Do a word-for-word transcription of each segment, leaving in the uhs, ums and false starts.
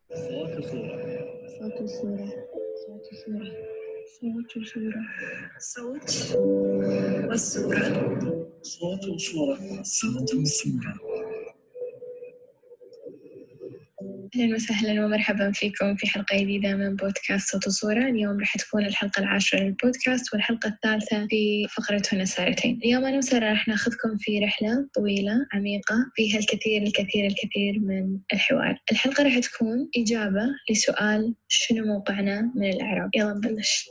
صوت وصورة. صوت وصورة. صوت وصورة. صوت وصورة. صوت والصورة. صوت وصورة. صوت وصورة. أهلا وسهلا ومرحبا فيكم في حلقة جديدة من بودكاست صوت وصورة. اليوم راح تكون الحلقة العاشرة للبودكاست والحلقة الثالثة في فقرة هنا سارتين. اليوم أنا وسارة راح ناخذكم في رحلة طويلة عميقة فيها الكثير الكثير الكثير من الحوار. الحلقة راح تكون إجابة لسؤال شنو موقعنا من الإعراب. يلا نبلش.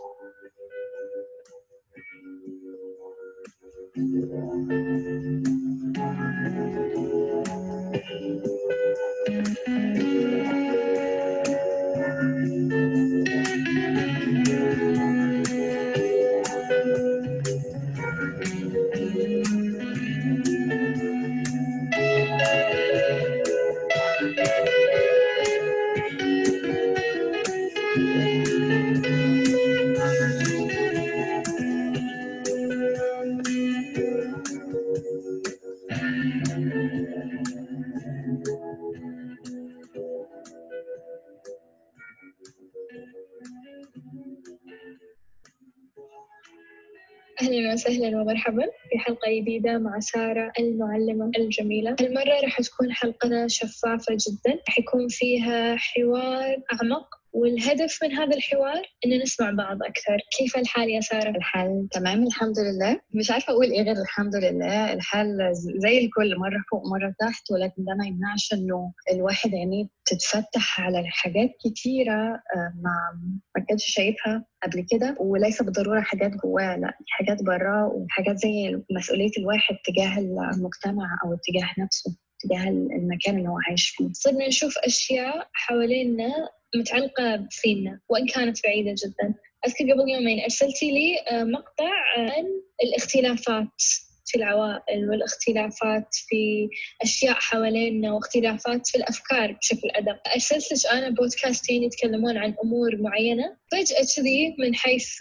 أهلا وسهلا ومرحبا في حلقة جديدة مع سارة المعلمة الجميلة. المرة راح تكون حلقتنا شفافة جدا، راح يكون فيها حوار أعمق، والهدف من هذا الحوار إن نسمع بعض أكثر. كيف الحال يا سارة؟ الحال تمام الحمد لله، مش عارفة أقول إيه غير الحمد لله. الحال زي الكل، مرة فوق مرة تحت، ولكن ده ما يمنعش إنه الواحد عينيه تتفتح على حاجات كتيرة ما ما كانش شايفها قبل كده، وليس بالضرورة حاجات جواه، لا حاجات براه، وحاجات زي مسؤولية الواحد تجاه المجتمع أو تجاه نفسه، تجاه المكان اللي هو عايش فيه. صرنا نشوف أشياء حوالينا متعلقة فينا وإن كانت بعيدة جدا. أذكر قبل يومين أرسلتي لي مقطع عن الاختلافات في العوائل والاختلافات في أشياء حوالينا واختلافات في الأفكار بشكل أدق. أرسلت لك أنا بودكاستين يتكلمون عن أمور معينة، فجأة كذي من حيث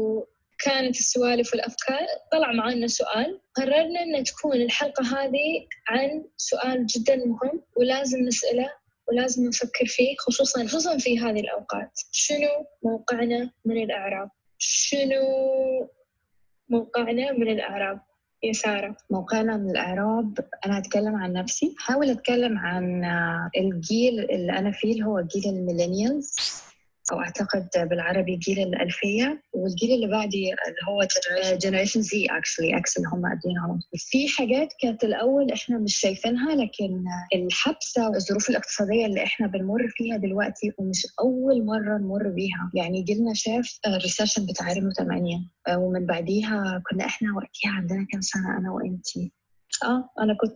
كانت السوالف والأفكار طلع معنا سؤال، قررنا أن تكون الحلقة هذه عن سؤال جدا مهم ولازم نسأله ولازم نفكر فيه، خصوصا خصوصا في هذه الأوقات. شنو موقعنا من الإعراب؟ شنو موقعنا من الإعراب يا سارة؟ موقعنا من الإعراب، أنا هتكلم عن نفسي، حاول أتكلم عن الجيل اللي أنا فيه اللي هو جيل الميلينيالز، أو أعتقد بالعربي جيل الألفية، والجيل اللي بعدي اللي هو جنريشن زي actually أكس اللي هم قاعدين على طول. في حاجات كانت الأول إحنا مش شايفينها، لكن الحبسة والظروف الاقتصادية اللي إحنا بنمر فيها دلوقتي ومش أول مرة نمر بيها. يعني جيلنا شاف الريسيشن بتاع ألفين وثمانية، ومن بعديها كنا إحنا وقتها عندنا كام سنة أنا وإنتي؟ آه أنا كنت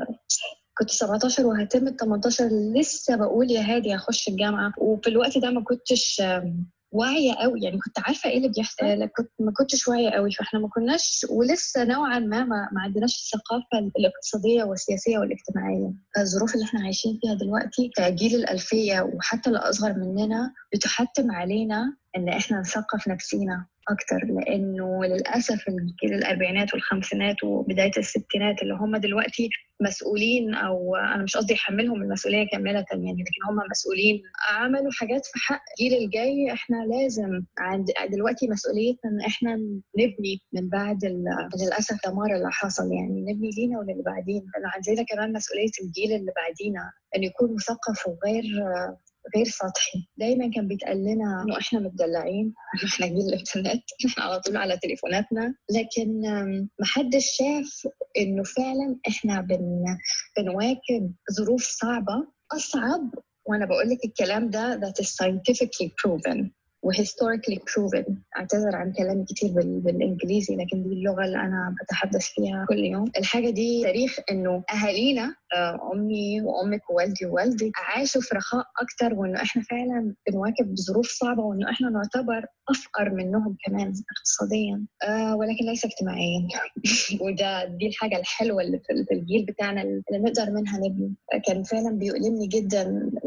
كنت سبعتاشر وهتم تمنتاشر، لسه بقول يا هادي هخش الجامعة، وفي الوقت ده ما كنتش واعية قوي، يعني كنت عارفة ايه اللي بيحصل، لا كنت ما كنتش واعية قوي، فاحنا ما كناش ولسه نوعا ما ما, ما عندناش الثقافة الاقتصادية والسياسية والاجتماعية. الظروف اللي احنا عايشين فيها دلوقتي كجيل الألفية وحتى الأصغر مننا بتحتم علينا ان احنا نثقف نفسينا أكتر، لأنه للأسف الجيل الأربعينات والخمسينات وبداية الستينات اللي هم دلوقتي مسؤولين، أو أنا مش قصدي أحملهم المسؤولية كاملة يعني، لكن هم مسؤولين، عملوا حاجات في حق الجيل الجاي. إحنا لازم عند دلوقتي مسؤوليتنا إن إحنا نبني من بعد للأسف دمار اللي حصل، يعني نبني لينا وللي بعدين. عندنا كمان مسؤولية الجيل اللي بعدينا أن يكون مثقف وغير غير سطحي. دايما كان بيتقال لنا انه احنا متدلعين، احنا جيل الانترنت، احنا على طول على تليفوناتنا، لكن محدش شاف انه فعلا احنا بن بنواكب ظروف صعبة اصعب. وانا بقول لك الكلام ده that is scientifically proven و historically proven. اعتذر عن كلامي كتير بالانجليزي، لكن دي اللغة اللي انا بتحدث فيها كل يوم. الحاجة دي تاريخ انه اهالينا، امي وامك ووالدي ووالدي عاشوا في رخاء اكتر، وانه احنا فعلا بنواكب ظروف صعبة، وانه احنا نعتبر افقر منهم كمان اقتصاديا، آه ولكن ليس اجتماعيا. وده دي الحاجة الحلوة اللي في الجيل بتاعنا اللي نقدر منها نبني. كان فعلا بيؤلمني جدا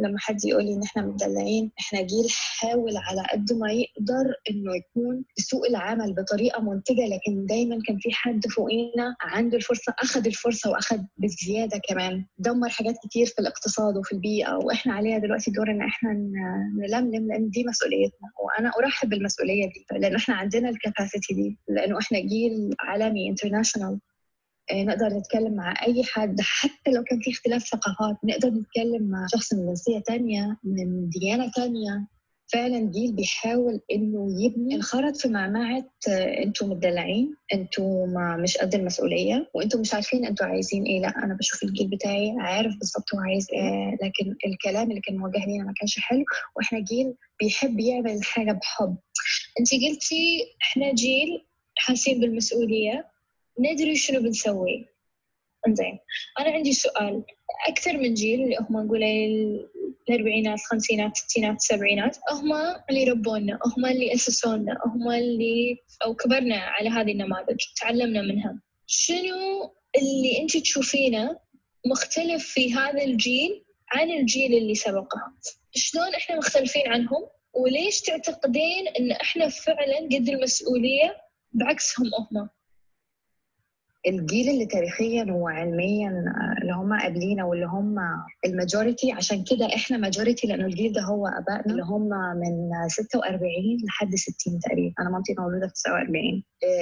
لما حد يقول لي إن إحنا مدلعين، إحنا جيل حاول على قد ما يقدر إنه يكون في سوق العمل بطريقة منتجة، لكن دايما كان في حد فوقينا عنده الفرصة، أخذ الفرصة وأخذ بزيادة كمان، دمر حاجات كتير في الاقتصاد وفي البيئة. وإحنا علينا دلوقتي دور إن إحنا نلملم، لأن دي مسؤوليتنا، وأنا أرحب بالمسؤولية دي لأن إحنا عندنا الكاباسيتي دي، لأنه إحنا جيل عالمي انترناشونال. نقدر نتكلم مع أي حد حتى لو كان في اختلاف ثقافات، نقدر نتكلم مع شخص من جنسية تانية من ديانة تانية. فعلا جيل بيحاول إنه يبني، انخرط في معمعة أنتوا مدلعين، أنتوا ما مش قد المسؤولية، وأنتوا مش عارفين أنتوا عايزين إيه. لا، أنا بشوف الجيل بتاعي عارف بالضبط هو عايز إيه، لكن الكلام اللي كان موجه لينا ما كانش حلو، وإحنا جيل بيحب يعمل الحاجة بحب. أنت قلتي إحنا جيل حاسين بالمسؤولية، ندري شنو بنسوي. انزين، انا عندي سؤال. اكثر من جيل اللي هم نقول الاربعينات الخمسينات الستينات السبعينات، هم اللي ربونا، هم اللي اسسونا، هم اللي او كبرنا على هذه النماذج، تعلمنا منها. شنو اللي انت تشوفينه مختلف في هذا الجيل عن الجيل اللي سبقه؟ شلون احنا مختلفين عنهم؟ وليش تعتقدين ان احنا فعلا قد المسؤولية بعكسهم هم؟ الجيل اللي تاريخيا وعلميا اللي هم قبلينا واللي هم الماجوريتي، عشان كده احنا ماجوريتي، لانه الجيل ده هو ابائنا اللي هم من ستة وأربعين لحد ستين تقريبا. انا مامتي مولوده في تسعة وأربعين.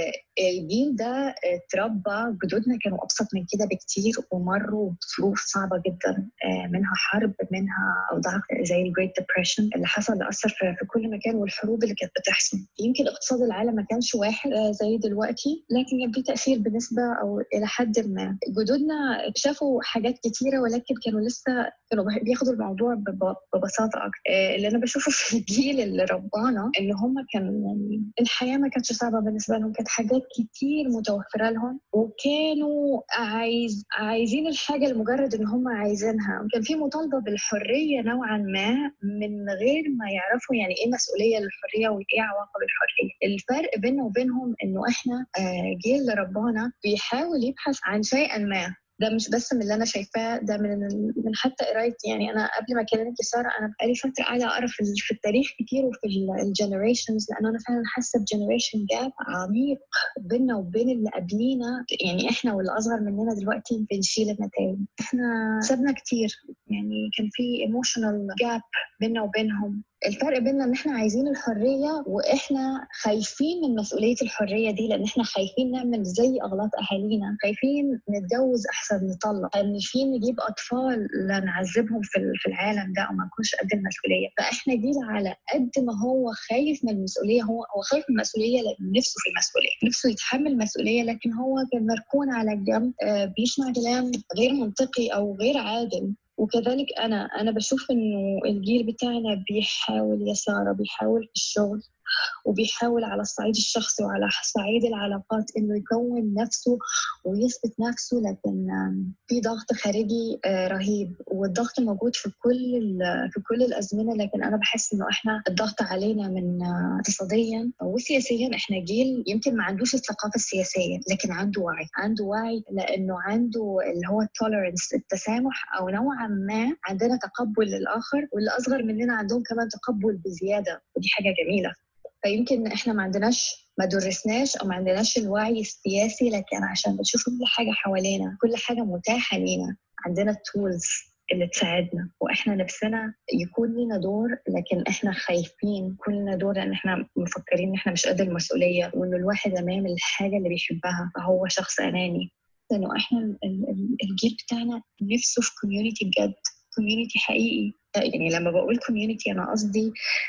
الجيل ده اتربى، جدودنا كانوا ابسط من كده بكتير ومروا بظروف صعبه جدا، منها حرب، منها اوضاع زي الجريت ديبريشن اللي حصل، اللي اثر في كل مكان، والحروب اللي كانت بتحصل. يمكن اقتصاد العالم ما كانش واحد زي دلوقتي، لكن كان في تاثير بالنسبه أو إلى حد ما. جدودنا شافوا حاجات كتيرة، ولكن كانوا لسه كانوا بياخدوا الموضوع ببساطة أكتر. اللي أنا بشوفه في الجيل اللي ربانا إن هم كان يعني الحياة ما كانتش صعبة بالنسبة لهم، كانت حاجات كتير متوفرة لهم، وكانوا عايز عايزين الحاجة لمجرد إن هم عايزينها، وكان في مطالبة بالحرية نوعا ما من غير ما يعرفوا يعني إيه مسؤولية للحرية وإيه عواقب الحرية. الفرق بيننا وبينهم إنه إحنا جيل اللي ربانا بيحاول يبحث عن شيئا ما. ده مش بس من اللي انا شايفاه، ده من من حتى قرايتي. يعني انا قبل ما اكلمك يا ساره، انا بقالي فتره قاعده اقرا في, في التاريخ كتير وفي الجنريشنز، لان انا فعلا حاسه بجنريشن جاب عميق بيننا وبين اللي قبلينا. يعني احنا واللي اصغر مننا دلوقتي بنشيل النتائج، احنا سبنا كتير، يعني كان في ايموشنال جاب بيننا وبينهم. الفرق بيننا ان احنا عايزين الحريه، واحنا خايفين من مسؤوليه الحريه دي، لان احنا خايفين نعمل زي اغلاط اهالينا، خايفين نتجوز احسن نطلق، خايفين نجيب اطفال لا نعذبهم في في العالم ده او ما نكونش قد المسؤوليه. فاحنا جيل على قد ما هو خايف من المسؤوليه، هو هو خايف من المسؤوليه لان نفسه في المسؤوليه، نفسه يتحمل مسؤوليه، لكن هو كان مركون على الجنب، بيسمع كلام غير منطقي او غير عادل. وكذلك أنا أنا بشوف إنه الجيل بتاعنا بيحاول يا سارة، بيحاول في الشغل، وبيحاول على الصعيد الشخصي وعلى صعيد العلاقات إنه يكون نفسه ويثبت نفسه، لكن في ضغط خارجي رهيب، والضغط موجود في كل في كل الأزمنة. لكن أنا بحس إنه إحنا الضغط علينا من اقتصاديا وسياسيا. إحنا جيل يمكن ما عندوش الثقافة السياسية، لكن عنده وعي، عنده وعي لأنه عنده اللي هو التوليرنس، التسامح، أو نوعا ما عندنا تقبل للآخر، واللي أصغر مننا عندهم كمان تقبل بزيادة، ودي حاجة جميلة. فيمكن احنا ما عندناش ما درسناش او ما عندناش الوعي السياسي، لكن عشان بنشوف كل حاجه حوالينا، كل حاجه متاحه لينا، عندنا التولز اللي تساعدنا، واحنا نفسنا يكون لنا دور، لكن احنا خايفين يكون لنا دور لان احنا مفكرين ان احنا مش قد المسؤوليه، وانه الواحد امام الحاجه اللي بيحبها فهو شخص اناني. لانه احنا الجيل بتاعنا نفسه في كوميونتي بجد، كوميونتي حقيقي. يعني لما بقول كوميونتي انا قصدي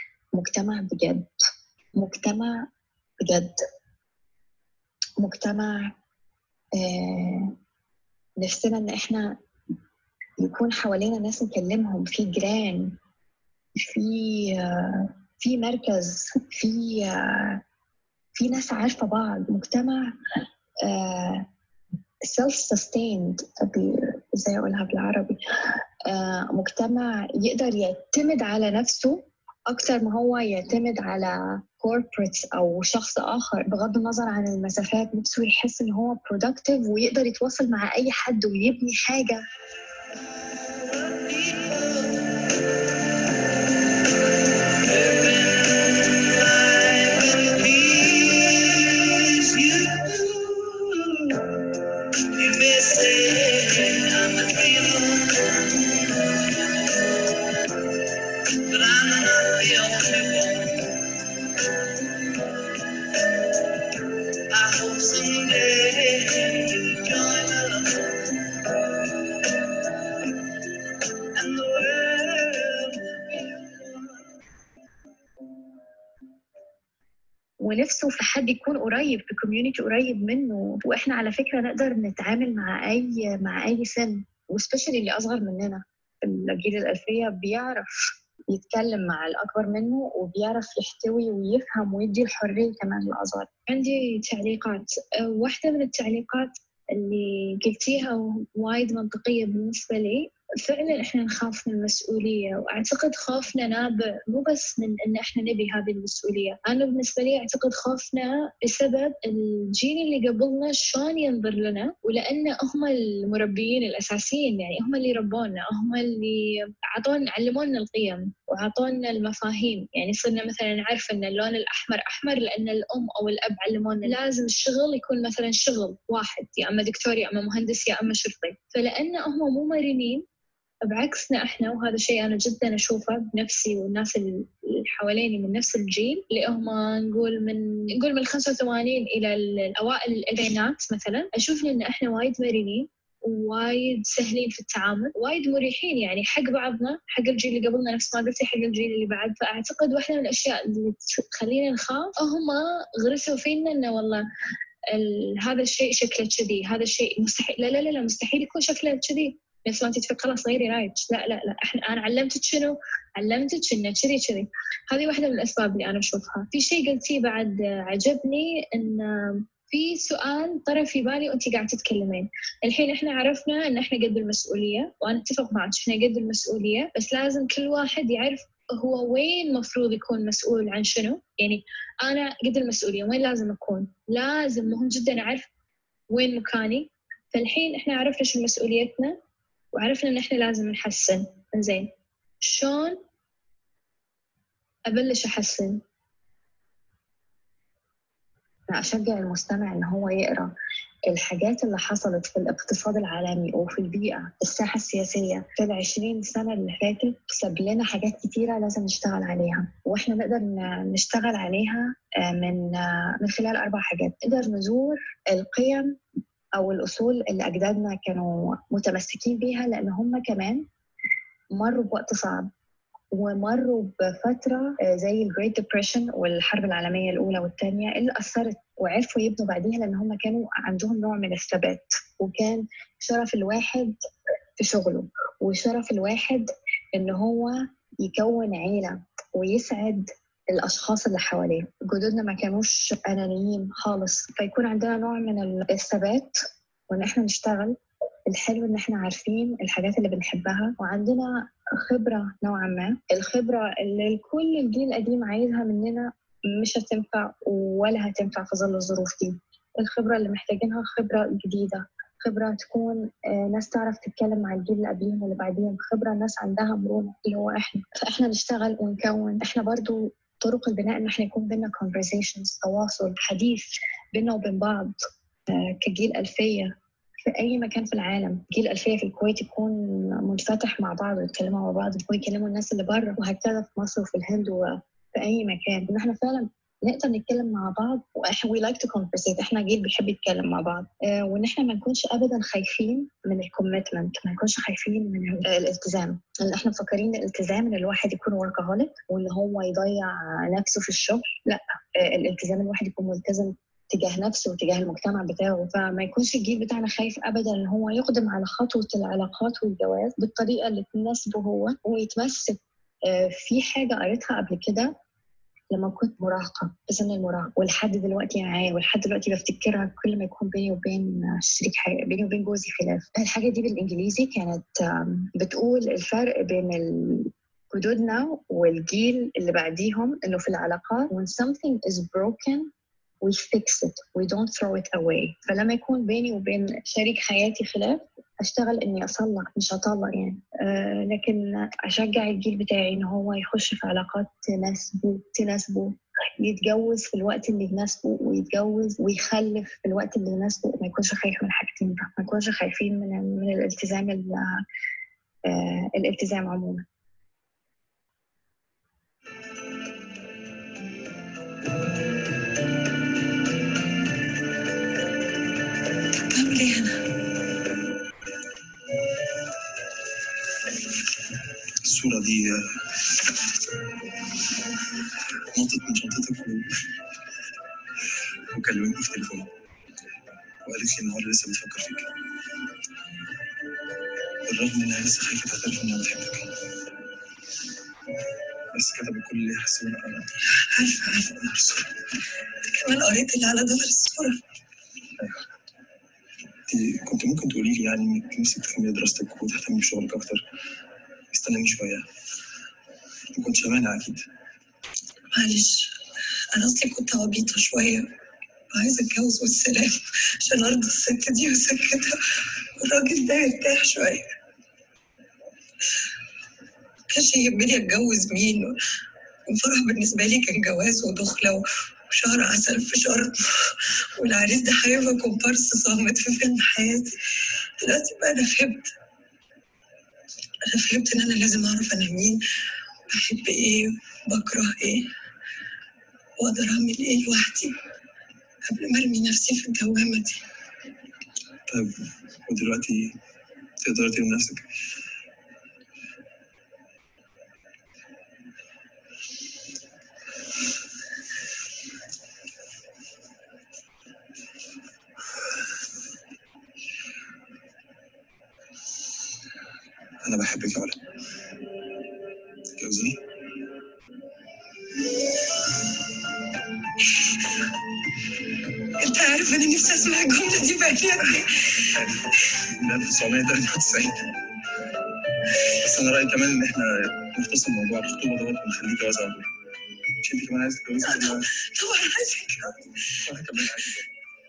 مجتمع بجد، مجتمع بجد، مجتمع آه نفسنا ان احنا يكون حوالينا ناس نكلمهم، في جيران، في آه في مركز، في آه في ناس عارفة بعض، مجتمع آه self sustained، ازاي اقولها بالعربي، آه مجتمع يقدر يعتمد على نفسه أكتر ما هو يعتمد على corporates أو شخص آخر، بغض النظر عن المسافات. نفسه يحس إن هو productive ويقدر يتواصل مع أي حد ويبني حاجة. ونفسه في حد يكون قريب، في كوميونيتي قريب منه. واحنا على فكره نقدر نتعامل مع اي مع اي سن، وسبيشالي اللي اصغر مننا. الجيل الألفية بيعرف يتكلم مع الأكبر منه، وبيعرف يحتوي ويفهم ويدي الحرية كمان للأصغر. عندي تعليقات. واحدة من التعليقات اللي قلتيها وايد منطقية بالنسبة لي. فعلا احنا نخاف من المسؤولية، واعتقد خوفنا نابع مو بس من ان احنا نبي هذه المسؤولية. انا بالنسبة لي اعتقد خوفنا بسبب الجيل اللي قبلنا شلون ينظر لنا، ولان هم المربيين الاساسيين، يعني هم اللي ربونا، هم اللي عطونا علمونا القيم وعطونا المفاهيم. يعني صرنا مثلا نعرف ان اللون الاحمر احمر لان الام او الاب علمونا لازم الشغل يكون مثلا شغل واحد، يا اما دكتور يا اما مهندس يا اما شرطي. فلان هم مو مرنين بعكسنا احنا، وهذا الشيء انا جدا اشوفه بنفسي والناس اللي حواليني من نفس الجيل اللي هم نقول من نقول من خمسة وثمانين الى الاوائل الالفينات مثلا، اشوف ان احنا وايد مرنين ووايد سهلين في التعامل، وايد مريحين يعني حق بعضنا، حق الجيل اللي قبلنا نفس ما قلتي، حق الجيل اللي بعد. فاعتقد واحده من الاشياء اللي تخلينا نخاف هم غرسوا فينا انه والله هذا الشيء شكله كذي، هذا الشيء مستحيل، لا لا لا, لا مستحيل يكون شكله كذي. نفس ما انت تفكر خلاص غيري رايك، لا لا لا احنا انا علمتك شنو، علمتك انه كذي كذي. هذه واحده من الاسباب اللي انا اشوفها. في شيء قلتيه بعد عجبني، ان في سؤال طرى في بالي وانت قاعده تتكلمين. الحين احنا عرفنا ان احنا قد المسؤوليه، وانا اتفق معك احنا قد المسؤوليه، بس لازم كل واحد يعرف هو وين مفروض يكون مسؤول عن شنو. يعني انا قد المسؤوليه وين لازم اكون، لازم مهم جدا اعرف وين مكاني. فالحين احنا عرفنا شو مسؤوليتنا وعرفنا ان احنا لازم نحسن. زين، شلون ابلش احسن؟ أشجع المستمع إن هو يقرأ الحاجات اللي حصلت في الاقتصاد العالمي وفي البيئة، الساحة السياسية في العشرين سنة اللي فاتت. ساب لنا حاجات كتيرة لازم نشتغل عليها، وإحنا نقدر نشتغل عليها من من خلال أربع حاجات. نقدر نزور القيم أو الأصول اللي أجدادنا كانوا متمسكين بيها، لأن هم كمان مروا بوقت صعب، ومروا بفترة زي الجريت ديبريشن والحرب العالمية الأولى والثانية اللي أثرت، وعرفوا يبنوا بعديها لأن هم كانوا عندهم نوع من الثبات. وكان شرف الواحد في شغله، وشرف الواحد إن هو يكون عيلة ويسعد الأشخاص اللي حواليه. جدودنا ما كانوش أنانيين خالص، فيكون عندنا نوع من الثبات وإن إحنا نشتغل. الحلو إن إحنا عارفين الحاجات اللي بنحبها، وعندنا خبرة نوعا ما، الخبرة اللي الكل الجيل القديم عايزها مننا مش هتنفع ولا هتنفع في ظل الظروف دي. الخبرة اللي محتاجينها خبرة جديدة، خبرة تكون ناس تعرف تتكلم مع الجيل اللي قبليهم واللي بعديهم، خبرة ناس عندها مرونة اللي هو إحنا. فإحنا نشتغل ونكون. إحنا برضو طرق البناء إن إحنا يكون بينا conversations، تواصل حديث بينا وبين بعض كجيل ألفية في أي مكان في العالم. جيل ألفية في الكويت يكون منفتح مع بعض ويتكلموا مع بعض ويكلموا الناس اللي برا، وهكذا في مصر وفي الهند وفي أي مكان. إن إحنا فعلا نقدر نتكلم مع بعض، we like to conversate. إحنا جيل بيحب يتكلم مع بعض، آه وإن إحنا ما نكونش أبدا خايفين من الكوميتمنت، ما نكونش خايفين من الالتزام. لأن إحنا مفكرين الالتزام إن الواحد يكون وركهوليك وإن هو يضيع نفسه في الشغل. لا، آه الالتزام الواحد يكون ملتزم تجاه نفسه وتجاه المجتمع بتاعه. فما يكونش الجيل بتاعنا خايف أبدا إن هو يقدم على خطوة العلاقات والجواز بالطريقة اللي تناسبه هو، ويتمسك. في حاجة قريتها قبل كده لما كنت مراهقة في سن المراهقة، ولحد دلوقتي معايا ولحد دلوقتي بفتكرها كل ما يكون بيني وبين شريك حياتي، بيني وبين جوزي خلاف. الحاجة دي بالإنجليزي كانت بتقول الفرق بين جدودنا والجيل اللي بعديهم إنه في العلاقات when something is broken we fix it, we don't throw it away. فلما يكون بيني وبين شريك حياتي خلاف، أشتغل إني أصلح مش أطلق يعني. أه لكن أشجع الجيل بتاعي إنه هو يخش في علاقات تناسبه تناسبه يتجوز في الوقت اللي يناسبه، ويتجوز ويخلف في الوقت اللي يناسبه. ما يكونش خايف من حاجتين ده، ما يكونش خايفين من من الالتزام أه الالتزام عموما. الصورة دي نطت من شنطتك وكلمتني في تليفون وقالت لي النهارده لسه بتفكر فيك، بالرغم انها لسه خايفه تعترف انها بتحبك، بس كتبت كل اللي يحسونه. انا عارفه عارفه الصوره، كمان قريت اللي على ظهر الصوره. انت كنت ممكن تقولي لي يعني انك نفسك تكملي دراستك وتهتمي بشغلك اكتر، استناني شويه، ما كنتش مانع اكيد. معلش انا اصلي كنت عبيطه شويه، عايزه اتجوز والسلام عشان ارضي الست دي وسكتها والراجل ده يرتاح شويه. كانش يهمني اتجوز مين، والفرح بالنسبه لي كان جواز ودخله وشهر عسل في شهر، والعريس ده هيبقى كومبارس صامت في فيلم حياتي. دلوقتي بقى انا فهمت انا فهمت ان انا لازم اعرف انا مين، بحب ايه بكره ايه، واقدر اعمل ايه لوحدي قبل ما ارمي نفسي في الدوامه دي. طيب ودلوقتي تقدري ترمي نفسك؟ انا بحبك يا ولا، تتجوزيني؟ انت عارف انا نفسي اسمع الجمله دي بقالي قد ايه؟ من ألف وتسعمية وتلاتة وتسعين. بس انا رايي كمان ان احنا نختصر موضوع الخطوبه دوت ونخليه جواز على طول. مش انت كمان عايزه تتجوزي؟ طبعا عايزه اتجوز. وانا كمان عايزه.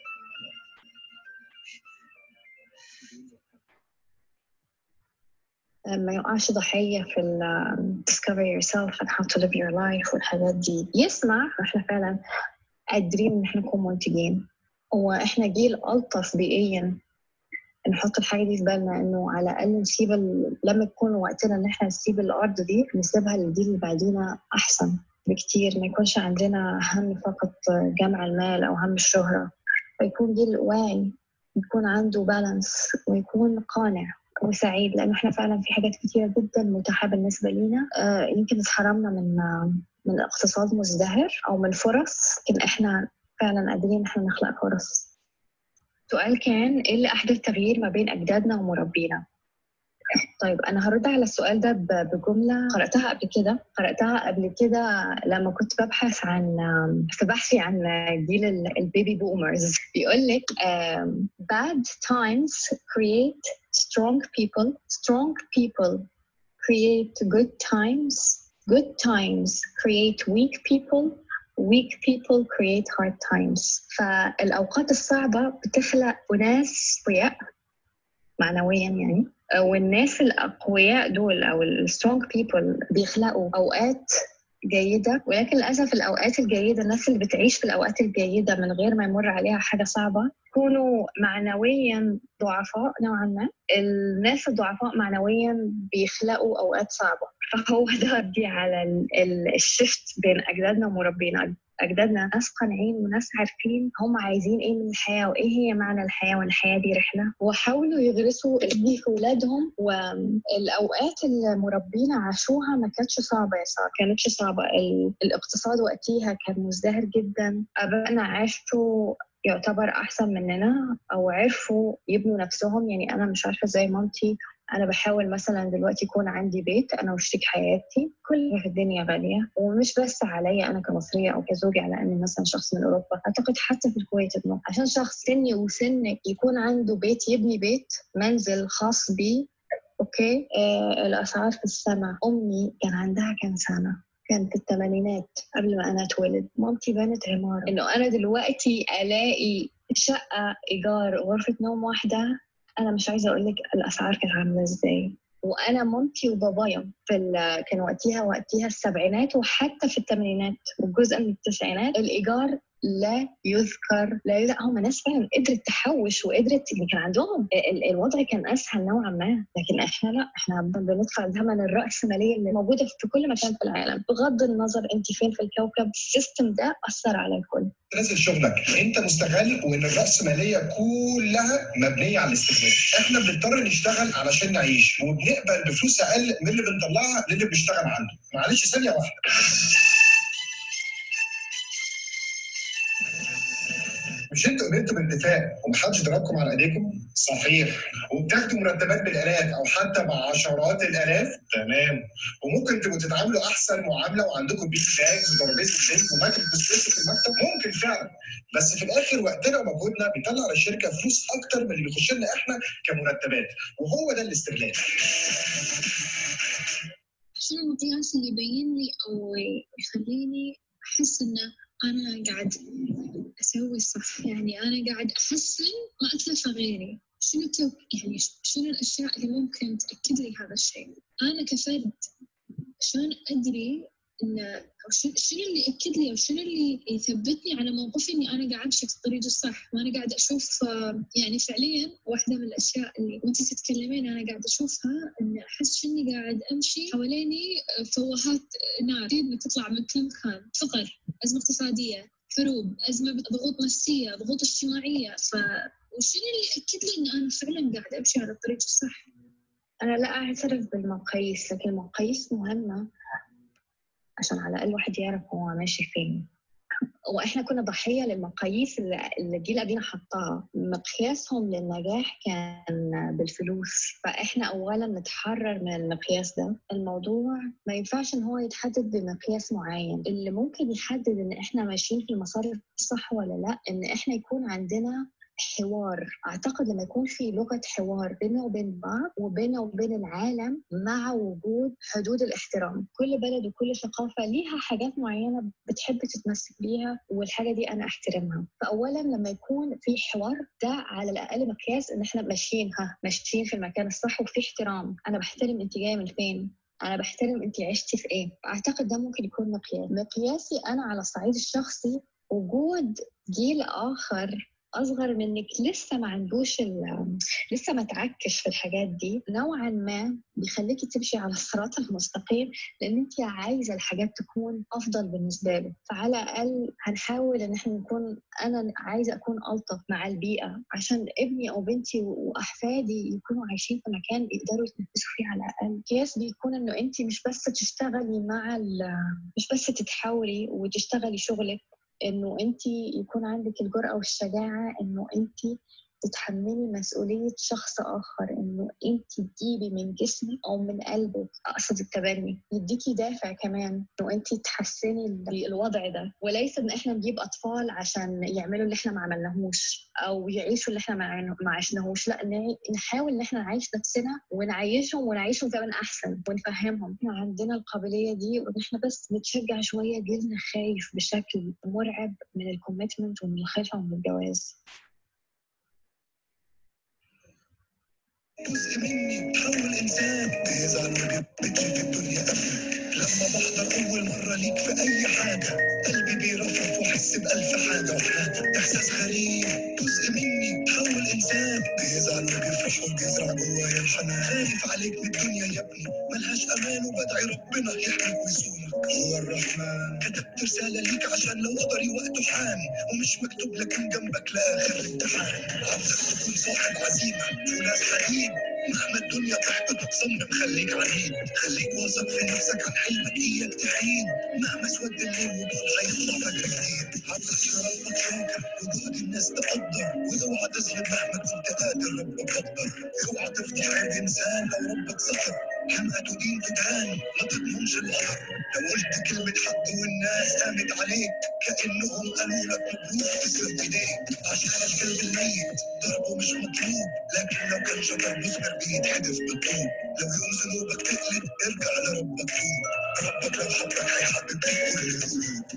ما يقعش ضحية في ال discover yourself and how to live your life والحاجات دي. يسمع احنا فعلا قادرين ان احنا نكون منتجين، واحنا جيل ألطف بيئيا نحط الحاجة دي في بالنا، انه على الأقل نسيب ال... لما يكون وقتنا ان احنا نسيب الأرض دي نسيبها للجيل اللي بعدينا أحسن بكتير. ما يكونش عندنا هم فقط جمع المال أو هم الشهرة، فيكون جيل واعي، يكون عنده بالانس ويكون قانع وسعيد، لأنه إحنا فعلا في حاجات كتيرة جدا متاحة بالنسبة لنا. آه يمكن اتحرمنا من آه من اقتصاد مزدهر أو من فرص، لكن إحنا فعلا قادرين إحنا نخلق فرص. سؤال كان إيه اللي أحدث تغيير ما بين أجدادنا ومربينا؟ طيب أنا هرد على السؤال ده بجملة قرأتها قبل كده قرأتها قبل كده لما كنت ببحث عن في بحثي عن جيل البيبي بومرز. بيقول لك um, bad times create strong people strong people create good times good times create weak people weak people create hard times. فالأوقات الصعبة بتخلق ناس قوياء معنويا يعني، والناس الأقوياء دول أو السترونج بيبل بيخلقوا أوقات جيدة. ولكن للأسف الأوقات الجيدة، الناس اللي بتعيش في الأوقات الجيدة من غير ما يمر عليها حاجة صعبة يكونوا معنويا ضعفاء نوعا ما. الناس الضعفاء معنويا بيخلقوا أوقات صعبة. فهو ده دي على الشفت بين أجدادنا ومربينا. أجدادنا ناس قانعين وناس عارفين هم عايزين إيه من الحياة وإيه هي معنى الحياة، والحياة دي رحلة، وحاولوا يغرسوا دي في أولادهم. والأوقات اللي مربينا عاشوها ما كانتش صعبة يا سارة، كانتش صعبة. الاقتصاد وقتها كان مزدهر جدا، أبائنا عاشوا يعتبر أحسن مننا أو عرفوا يبنوا نفسهم. يعني أنا مش عارفة زي مامتي، أنا بحاول مثلا دلوقتي يكون عندي بيت أنا وشريك حياتي. كل في الدنيا غالية، ومش بس عليا أنا كمصرية أو كزوجة، على أني مثلا شخص من أوروبا. أعتقد حتى في الكويت إنه عشان شخص سني وسنك يكون عنده بيت، يبني بيت منزل خاص بيه، أوكي آه الأسعار في السماء. أمي كان عندها كم سنة؟ كان في الثمانينات قبل ما أنا أتولد. مامتي بنت عمارة. إنه أنا دلوقتي ألاقي شقة إيجار غرفة نوم واحدة، أنا مش عايزة أقول لك الأسعار كانت عاملة إزاي. وأنا مامتي وبابايا في كان وقتها وقتها السبعينات وحتى في الثمانينات وجزء من التسعينات الإيجار لا يذكر لا يذكر. هم ناس فعلا قدرت تحوش وقدرت، اللي كان عندهم الوضع كان أسهل نوعا ما. لكن إحنا لا، إحنا بندفع ثمن الرأسمالية اللي موجودة في كل مكان في العالم. بغض النظر أنت فين في الكوكب، السيستم ده أثر على الكل. نازل شغلك انت مستغل، وان الرأسمالية كلها مبنية على الاستغلال. احنا بنضطر نشتغل علشان نعيش، وبنقبل بفلوس اقل من اللي بنطلعها للي بنشتغل عنده. معلش ثانية واحدة. مش انتوا قبلتوا باتفاق ومحدش ضربكم على ايديكم؟ صحيح. وبتاخدوا مرتبات بالالاف او حتى بعشرات الالاف؟ تمام. وممكن تبقوا تتعاملوا احسن معامله وعندكم بيت باجز وترابيزه بيت ومكتب بسكوت في المكتب، ممكن فعلا. بس في الاخر وقتنا ومجهودنا بيطلع على الشركه فلوس اكتر من اللي بيخش لنا احنا كمرتبات، وهو ده الاستغلال. شنو المقياس اللي يبين لي او يخليني احس انه انا قاعد اسوي صح؟ يعني انا قاعد احسن ما اتلفى غيري. شنو تو يعني شنو الاشياء اللي ممكن تاكد لي هذا الشيء؟ انا كفرد شلون ادري ان او شنو اللي ياكد لي او شنو اللي يثبتني على موقفي اني انا قاعد امشي في الطريق الصح؟ وانا قاعد اشوف يعني فعليا واحده من الاشياء اللي وانت تتكلمين انا قاعد اشوفها ان احس اني قاعد امشي حواليني فوهات نار بتطلع من كل مكان، فقر، ازمه اقتصاديه، حروب، ازمه ضغوط نفسيه، ضغوط اجتماعيه. ف وشنو اللي ياكد لي ان انا فعلا قاعد امشي على الطريق الصح؟ أنا لا أعترف بالمقاييس، لكن المقاييس مهمة عشان على الأقل واحد يعرف هو ماشي فين. وإحنا كنا ضحية للمقاييس اللي الجيل قدينا حطها. مقياسهم للنجاح كان بالفلوس، فإحنا أولا نتحرر من المقياس ده. الموضوع ما ينفعش إن هو يتحدد بمقياس معين. اللي ممكن يحدد إن إحنا ماشيين في المسار الصح ولا لا إن إحنا يكون عندنا حوار. أعتقد لما يكون في لغة حوار بيننا وبين بعض وبيننا وبين العالم مع وجود حدود الاحترام. كل بلد وكل ثقافة ليها حاجات معينة بتحب تتمسك بيها والحاجة دي أنا أحترمها. فأولا لما يكون في حوار ده على الأقل مقياس إن إحنا ماشيين ها ماشيين في المكان الصح وفي احترام. أنا بحترم أنت جاية من فين، أنا بحترم أنت عشتي في إيه. أعتقد ده ممكن يكون مقياس. مقياسي أنا على الصعيد الشخصي وجود جيل آخر أصغر منك لسه ما عندوش لسه ما تعكش في الحاجات دي، نوعا ما بيخليكي تمشي على الصراط المستقيم لأن أنت عايزة الحاجات تكون أفضل بالنسبة له. فعلى الأقل هنحاول إن احنا نكون، أنا عايزة أكون ألطف مع البيئة عشان ابني أو بنتي وأحفادي يكونوا عايشين في مكان يقدروا يتنفسوا فيه. على الأقل كيس بيكون إنه أنت مش بس تشتغلي مع مش بس تتحاولي وتشتغلي شغلك، إنه أنت يكون عندك الجرأة والشجاعة إنه أنت تتحملي مسؤولية شخص آخر، إنه أنت تجيبي من جسمك أو من قلبك، أقصد التبني، يديكي دافع كمان إنه أنت تحسني الوضع ده، وليس إن إحنا نجيب أطفال عشان يعملوا اللي إحنا ما عملناهوش أو يعيشوا اللي إحنا ما عشناهوش. لا، نحاول إن إحنا نعيش نفسنا ونعيشهم ونعيشهم كمان أحسن ونفهمهم إحنا عندنا القابلية دي، وإن إحنا بس نتشجع شوية جيلنا خايف بشكل مرعب من الكوميتمنت ومن الخلفة ومن الجواز. جزء مني تحول إنسان بيزعل ما بتشوف الدنيا قبلك. لما بحضر أول مرة ليك في أي حاجة قلبي بيرفرف وأحس بألف حاجة وحاجة إحساس غريب. جزء مني تحول إنسان بيزعل ما بيفرح وبيزرع جوايا الحنان. خايف عليك من الدنيا يا ابني ملهاش أمان وبدعي ربنا يحميك ويصونك. هو الرحمن كتبت رسالة ليك عشان لو قدري وقته حان ومش مكتوب لك من جنبك لآخر الامتحان. عاوزك تكون صاحب عزيمة وناس حديد مهما الدنيا تحبطك صمم خليك عنيد. خليك واثق في نفسك عن حلمك إياك تحيد مهما اسود الليل وضل هيطلع فجر جديد. عاوزك ربك شاكر وجهد الناس تقدر واوعى تظلم مهما كنت قادر ربك قدر. اوعى تفضح عيب انسان لو ربك ستر كما تدين تدان ما تضمنش القدر. لو قلت كلمة حق والناس قامت عليك كأنهم قالوا لك مبروك تسلم ايديك. عشان القلب الميت ضربه مش مطلوب لكن لو كان شجر مثمر بيتحدف بالطوب. لو يوم ذنوبك تقلب ارجع لربك توب. ربك لو حبك هيحبب لك كل القلوب.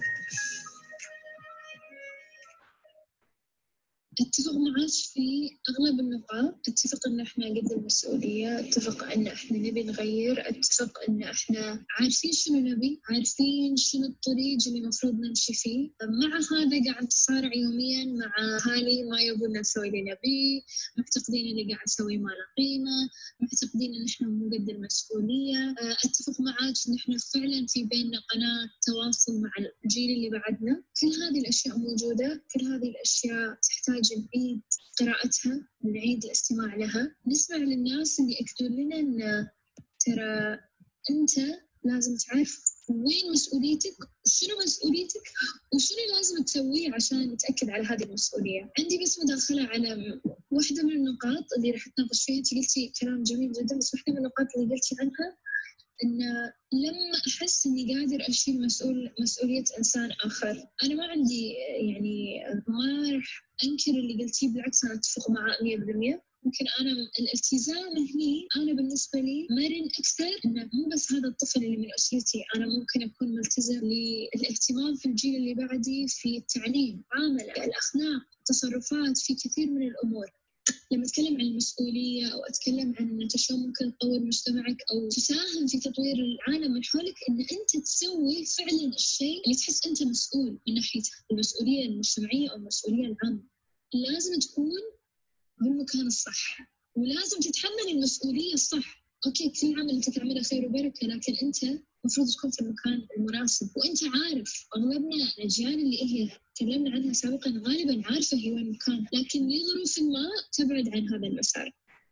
اتفق معاك في اغلب النقاط. اتفق ان احنا قد المسؤوليه، اتفق ان احنا نبي نغير، اتفق ان احنا عارفين شنو نبي، عارفين شنو الطريق اللي المفروض نمشي فيه. مع هذا قاعد نتصارع يوميا مع اهالي ما يبون نسوي اللي نبيه، معتقدين اللي قاعد نسويه ما له قيمه، معتقدين ان احنا مو قد المسؤوليه. اتفق معاك ان احنا فعلا في بيننا قناه تواصل مع الجيل اللي بعدنا. كل هذه الاشياء موجوده، كل هذه الاشياء تحتاج نعيد قراءتها، نعيد الاستماع لها، نسمع للناس اللي يأكدون لنا أن ترى أنت لازم تعرف وين مسؤوليتك، شنو مسؤوليتك، وشنو لازم تسويه عشان تأكد على هذه المسؤولية. عندي بس مداخلة على واحدة من النقاط اللي راح تناقش فيها. انت قلتي كلام جميل جدا، بس واحدة من النقاط اللي قلتي عنها إن لما أحس إني قادر أشيل مسؤول مسؤولية إنسان آخر، أنا ما عندي يعني ما راح أنكر اللي قلتيه، بالعكس أنا أتفق معاه مية بالمية. ممكن أنا الالتزام هني أنا بالنسبة لي مرن أكثر، إنه مو بس هذا الطفل اللي من أسرتي، أنا ممكن أكون ملتزم للاهتمام في الجيل اللي بعدي في التعليم، عامل الأخلاق، التصرفات، في كثير من الأمور. لما أتكلم عن المسؤولية أو أتكلم عن أنت شلون ممكن تطور مجتمعك أو تساهم في تطوير العالم من حولك، أن أنت تسوي فعلا الشيء اللي تحس أنت مسؤول من ناحية المسؤولية المجتمعية أو المسؤولية العامة. لازم تكون بالمكان الصح، ولازم تتحمل المسؤولية الصح. أوكي، كل عمل أنت تعمله خير وبركة، لكن أنت المفروض تكون في المكان المناسب. وأنت عارف أغلبنا الأجيال اللي هي تكلمنا عنها سابقا غالبا عارفة هي وين المكان، لكن لظروف ما تبعد عن هذا المسار.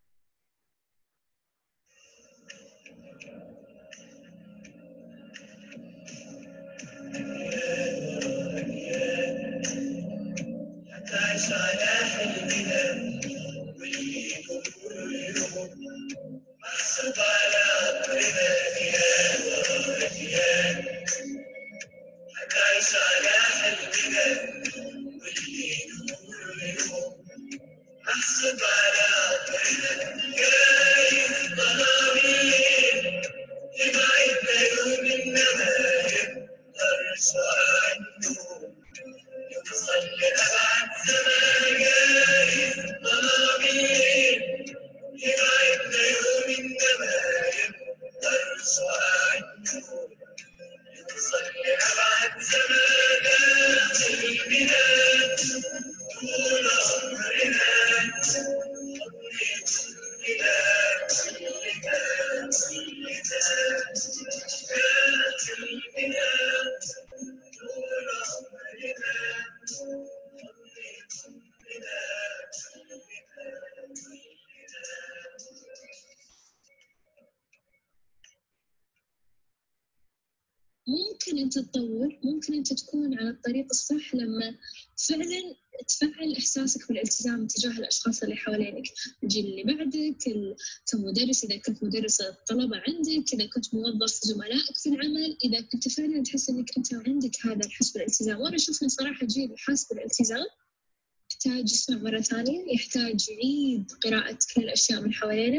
تعيش على حلمنا واللي يقولوا اليوم محسوب على عمرنا أجيال ورا أجيال. هتعيش على حلمنا واللي يقولوا اليوم محسوب على عمرنا. جايز ظلام الليل يبعدنا يوم النهار نرجع عنه يوصل لأبعد زمان. جايز ظلام الليل يبعدنا يوم النهار نرجع عنه يوصل لأبعد زمان. حلمنا طول عمرنا ممكن أنت تطور، ممكن أنت تكون على الطريق الصح لما فعلا تفعل إحساسك بالالتزام تجاه الأشخاص اللي حوالينك، الجيل اللي بعدك، كمدرس إذا كنت مدرس الطلبة عندك، إذا كنت موظف زملائك في العمل، إذا كنت فعلا تحس إنك أنت عندك هذا الحس بالالتزام. وأنا أشوف إن صراحة جيل الحس بالالتزام يحتاج يسمع مرة ثانية، يحتاج يعيد قراءة كل الأشياء من حوالينا.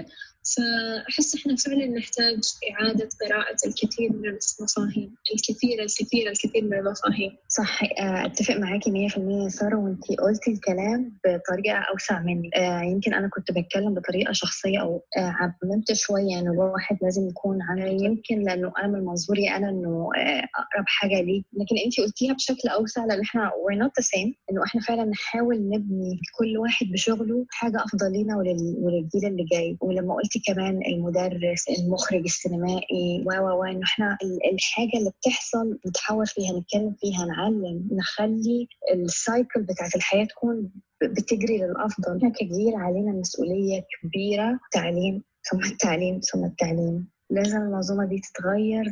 فأحس إحنا فعلا نحتاج إعادة قراءة الكثير من المفاهيم، الكثير الكثير الكثير من المفاهيم. صح، أتفق معاكي مية في المية سارة، وانتي قلتي الكلام بطريقة أوسع مني. آه يمكن أنا كنت بتكلم بطريقة شخصية أو آه عممت شوية، يعني الواحد لازم يكون عنه، يمكن لأنه أنا من منظوري أنا إنه آه أقرب حاجة لي، لكن انتي قلتيها بشكل أوسع، لأن إحنا we're not the same، إنه إحنا فعلا نحاول نبني كل واحد بشغله حاجة أفضل لنا ولل... وللجيل اللي جاي. ولما قلتي كمان المدرس، المخرج السينمائي، و و و انه احنا الحاجه اللي بتحصل نتحول فيها، نتكلم فيها، نعلم، نخلي السايكل بتاعت الحياه تكون بتجري للافضل. احنا كجيل علينا مسؤوليه كبيره، تعليم ثم التعليم ثم التعليم. لازم المنظومه دي تتغير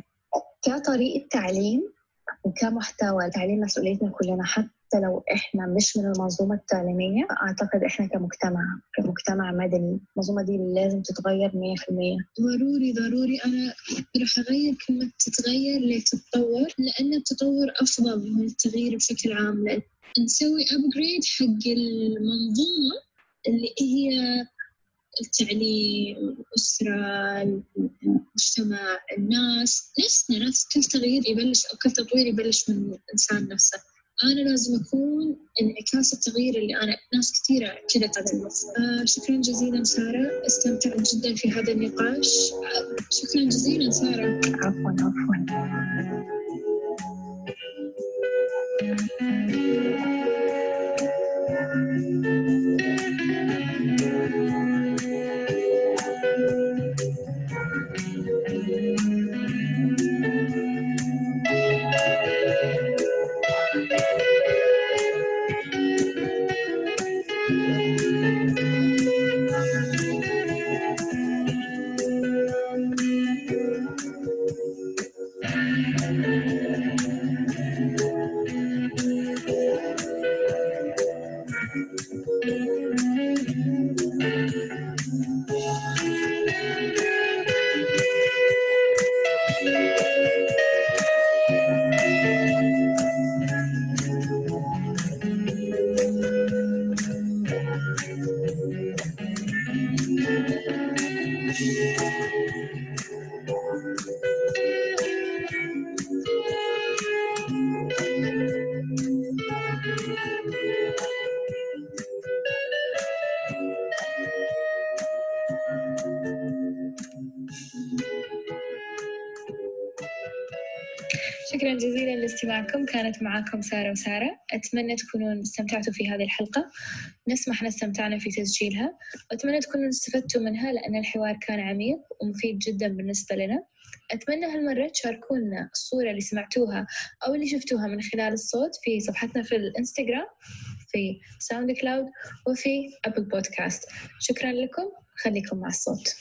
كطريقه تعليم وكمحتوى تعليم. مسؤوليتنا كلنا، حتى لو إحنا مش من المنظومة التعليمية. أعتقد إحنا كمجتمع كمجتمع مدني المنظومة دي لازم تتغير مية في المية. ضروري ضروري. أنا راح أغير كلمة تتغير لتتطور، لأن التطور أفضل من التغيير بشكل عام، لأن نسوي أبجريد حق المنظومة اللي هي التعليم، الأسرة، المجتمع، الناس، نفسنا. نفس كل تغيير يبلش أو كل تطوير يبلش من الإنسان نفسه. أنا لازم أكون انعكاس التغيير اللي أنا ناس كثيرة كذا تعتمد. آه شكرا جزيلا سارة، استمتعت جدا في هذا النقاش. آه شكرا جزيلا سارة. عفوا عفوا. شكرا جزيلا لاستماعكم. كانت معاكم سارة وسارة. أتمنى تكونون استمتعتوا في هذه الحلقة، نفس ما احنا استمتعنا في تسجيلها، وأتمنى تكونوا استفدتوا منها لأن الحوار كان عميق ومفيد جدا بالنسبة لنا. أتمنى هالمرة تشاركونا الصورة اللي سمعتوها أو اللي شفتوها من خلال الصوت في صفحتنا في الإنستغرام، في ساوند كلاود، وفي أبل بودكاست. شكرا لكم، خليكم مع الصوت.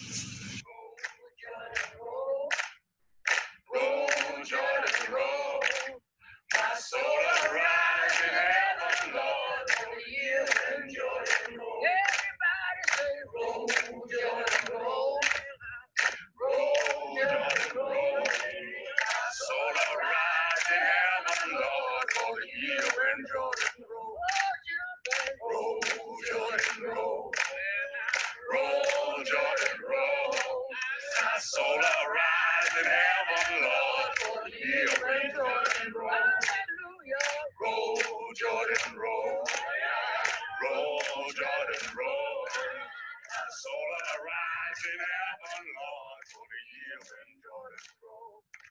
Roll, Jordan, roll. My soul arise in heaven, Lord, for you and Jordan, roll. Everybody say, roll, Jordan, roll. Roll, Jordan, roll. My soul arise in heaven, Lord, for you and Jordan, roll. Roll, Jordan, roll. Roll, Jordan, roll. My soul arise in heaven, Lord, for you and Jordan, roll. Hallelujah. Roll, Jordan, roll. Roll, Jordan, roll. My soul arise in heaven, Lord, for you and Jordan, roll.